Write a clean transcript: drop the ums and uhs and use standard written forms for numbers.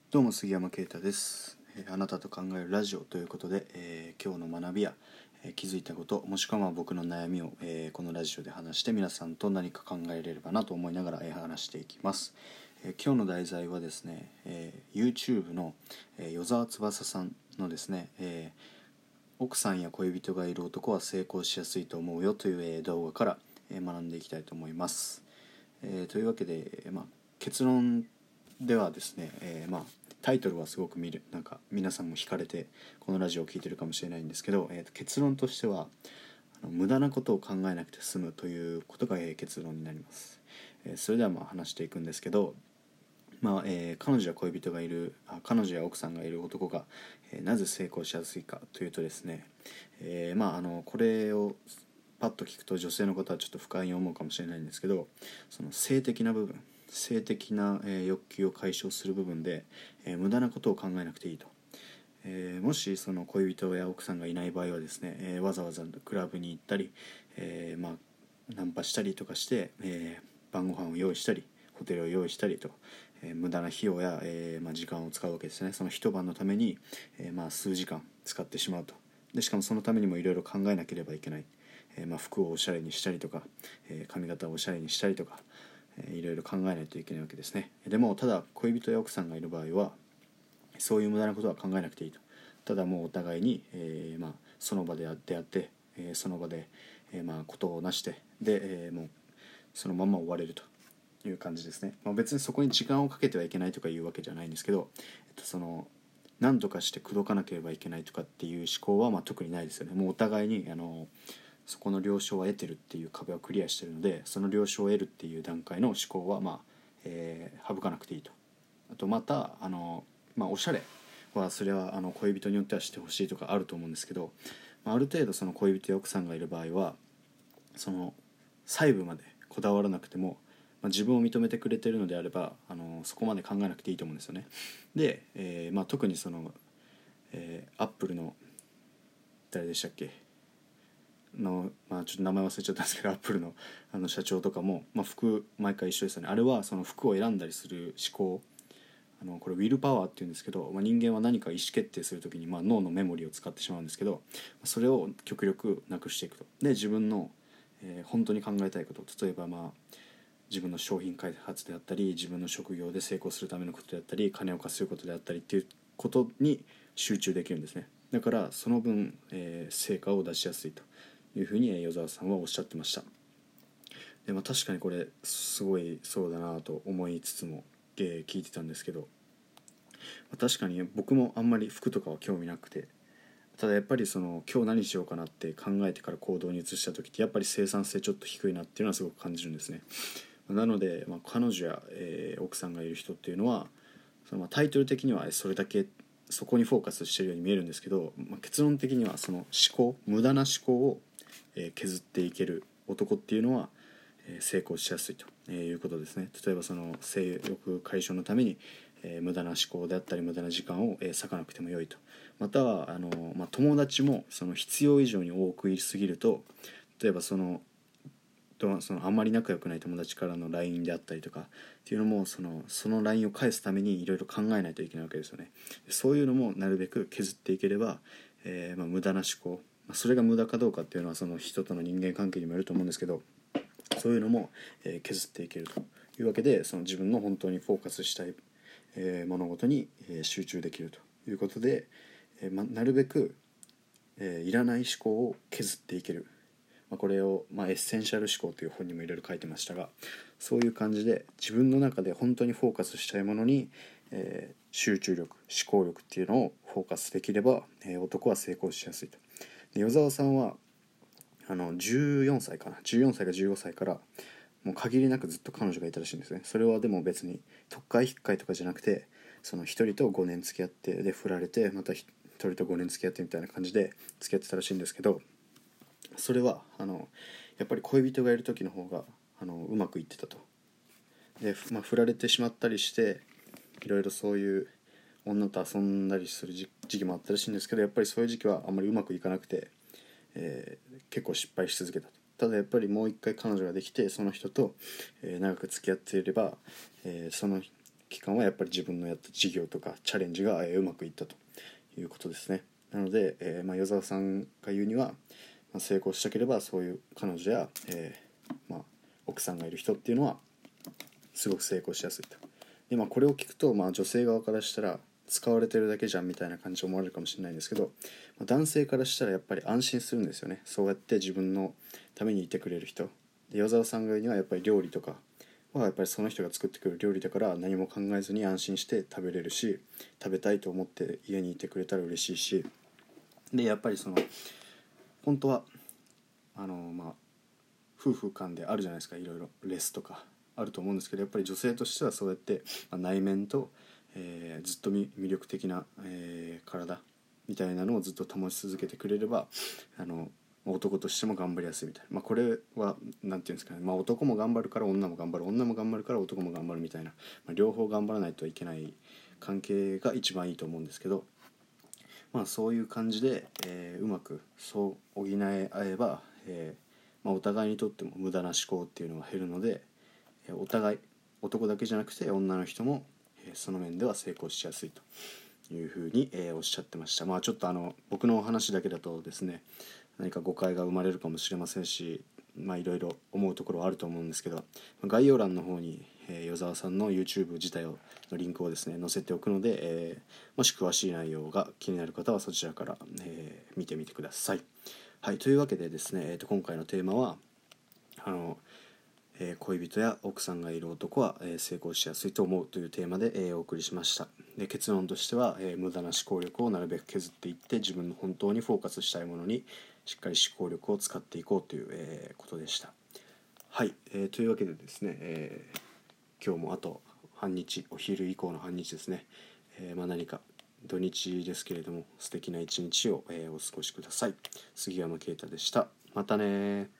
どうも杉山啓太です。あなたと考えるラジオということで、今日の学びや、気づいたこともしくは僕の悩みを、このラジオで話して皆さんと何か考えれればなと思いながら、話していきます。今日の題材はですね、YouTube の、与沢翼さんのですね、奥さんや恋人がいる男は成功しやすいと思うよという、動画から、学んでいきたいと思います。というわけで、結論ではですね、タイトルはすごくなんか皆さんも惹かれてこのラジオを聞いてるかもしれないんですけど、結論としては無駄なことを考えなくて済むということが、結論になります。それでは話していくんですけど、彼女や恋人がいる彼女や奥さんがいる男が、なぜ成功しやすいかというとですね、これをパッと聞くと女性の方はちょっと不快に思うかもしれないんですけど、その性的な部分、性的な、欲求を解消する部分で、無駄なことを考えなくていいと。もしその恋人や奥さんがいない場合はですね、わざわざクラブに行ったり、ナンパしたりとかして、晩ご飯を用意したりホテルを用意したりと、無駄な費用や、時間を使うわけですね。その一晩のために、数時間使ってしまうと。でしかもそのためにもいろいろ考えなければいけない。服をおしゃれにしたりとか、髪型をおしゃれにしたりとか、いろいろ考えないといけないわけですね。でもただ恋人や奥さんがいる場合はそういう無駄なことは考えなくていいと。ただもうお互いに、その場で出会って、その場で、ことをなしてで、もうそのまま終われるという感じですね。別にそこに時間をかけてはいけないとかいうわけじゃないんですけど、その何とかして口説かなければいけないとかっていう思考は特にないですよね。もうお互いにそこの了承は得てるっていう壁をクリアしてるので、その了承を得るっていう段階の思考は省かなくていいと。あとまたおしゃれはそれは恋人によってはしてほしいとかあると思うんですけど、ある程度その恋人や奥さんがいる場合はその細部までこだわらなくても、自分を認めてくれてるのであればそこまで考えなくていいと思うんですよね。で、特にその、アップルの誰でしたっけの、ちょっと名前忘れちゃったんですけど、アップルの社長とかも、服毎回一緒ですよね。あれはその服を選んだりする思考、これウィルパワーっていうんですけど、人間は何か意思決定するときに、脳のメモリーを使ってしまうんですけど、それを極力なくしていくと。で自分の、本当に考えたいこと、例えば自分の商品開発であったり、自分の職業で成功するためのことであったり、金を稼ぐことであったりっていうことに集中できるんですね。だからその分、成果を出しやすいというふうに与沢さんはおっしゃってました。で、確かにこれすごいそうだなと思いつつも、聞いてたんですけど、確かに僕もあんまり服とかは興味なくて、ただやっぱりその今日何しようかなって考えてから行動に移した時ってやっぱり生産性ちょっと低いなっていうのはすごく感じるんですね。なので、彼女や、奥さんがいる人っていうのはそのタイトル的にはそれだけそこにフォーカスしてるように見えるんですけど、結論的にはその無駄な思考を、削っていける男っていうのは、成功しやすいということですね。例えばその性欲解消のために、無駄な思考であったり無駄な時間を、割かなくても良いと。または友達もその必要以上に多くいすぎると、例えばそのあんまり仲良くない友達からの LINE であったりとかっていうのもその LINE を返すためにいろいろ考えないといけないわけですよね。そういうのもなるべく削っていければ、無駄な思考、それが無駄かどうかっていうのはその人との人間関係にもよると思うんですけど、そういうのも、削っていけるというわけで、その自分の本当にフォーカスしたい、物事に、集中できるということで、なるべく、いらない思考を削っていける。これを、エッセンシャル思考という本にもいろいろ書いてましたが、そういう感じで自分の中で本当にフォーカスしたいものに、集中力思考力っていうのをフォーカスできれば、男は成功しやすいと。で与沢さんは14歳か15歳からもう限りなくずっと彼女がいたらしいんですね。それはでも別に特会引っかいとかじゃなくて、その一人と5年付き合ってで振られてまた一人と5年付き合ってみたいな感じで付き合ってたらしいんですけど、それはやっぱり恋人がいる時の方がうまくいってたと。で、振られてしまったりしていろいろそういう女と遊んだりする時期もあったらしいんですけど、やっぱりそういう時期はあんまりうまくいかなくて、結構失敗し続けたと。ただやっぱりもう一回彼女ができてその人と、長く付き合っていれば、その期間はやっぱり自分のやった事業とかチャレンジが、うまくいったということですね。なので、与沢さんが言うには、成功したければそういう彼女や、奥さんがいる人っていうのはすごく成功しやすいと。で、これを聞くと、女性側からしたら使われてるだけじゃんみたいな感じで思われるかもしれないんですけど、男性からしたらやっぱり安心するんですよね。そうやって自分のためにいてくれる人で、与沢さんが言うにはやっぱり料理とかはやっぱりその人が作ってくる料理だから何も考えずに安心して食べれるし、食べたいと思って家にいてくれたら嬉しいし、でやっぱりその本当は夫婦間であるじゃないですか、いろいろレスとかあると思うんですけど、やっぱり女性としてはそうやって、内面と、ずっと魅力的な、体みたいなのをずっと保ち続けてくれれば男としても頑張りやすいみたいな、これはなんていうんですかね、男も頑張るから女も頑張る、女も頑張るから男も頑張るみたいな、両方頑張らないといけない関係が一番いいと思うんですけど、そういう感じで、うまくそう補い合えば、お互いにとっても無駄な思考っていうのが減るので、お互い男だけじゃなくて女の人も、その面では成功しやすいというふうに、おっしゃってました。ちょっと僕のお話だけだとですね、何か誤解が生まれるかもしれませんし、いろいろ思うところはあると思うんですけど、概要欄の方に、与沢さんの YouTube 自体のリンクをですね載せておくので、もし詳しい内容が気になる方はそちらから、見てみてください。はい、というわけでですね、今回のテーマは恋人や奥さんがいる男は、成功しやすいと思うというテーマで、お送りしました。で、結論としては、無駄な思考力をなるべく削っていって自分の本当にフォーカスしたいものにしっかり思考力を使っていこうという、ことでした。はい、というわけでですね、今日もあと半日、お昼以降の半日ですね、何か土日ですけれども素敵な一日を、お過ごしください。杉山啓太でした。またね。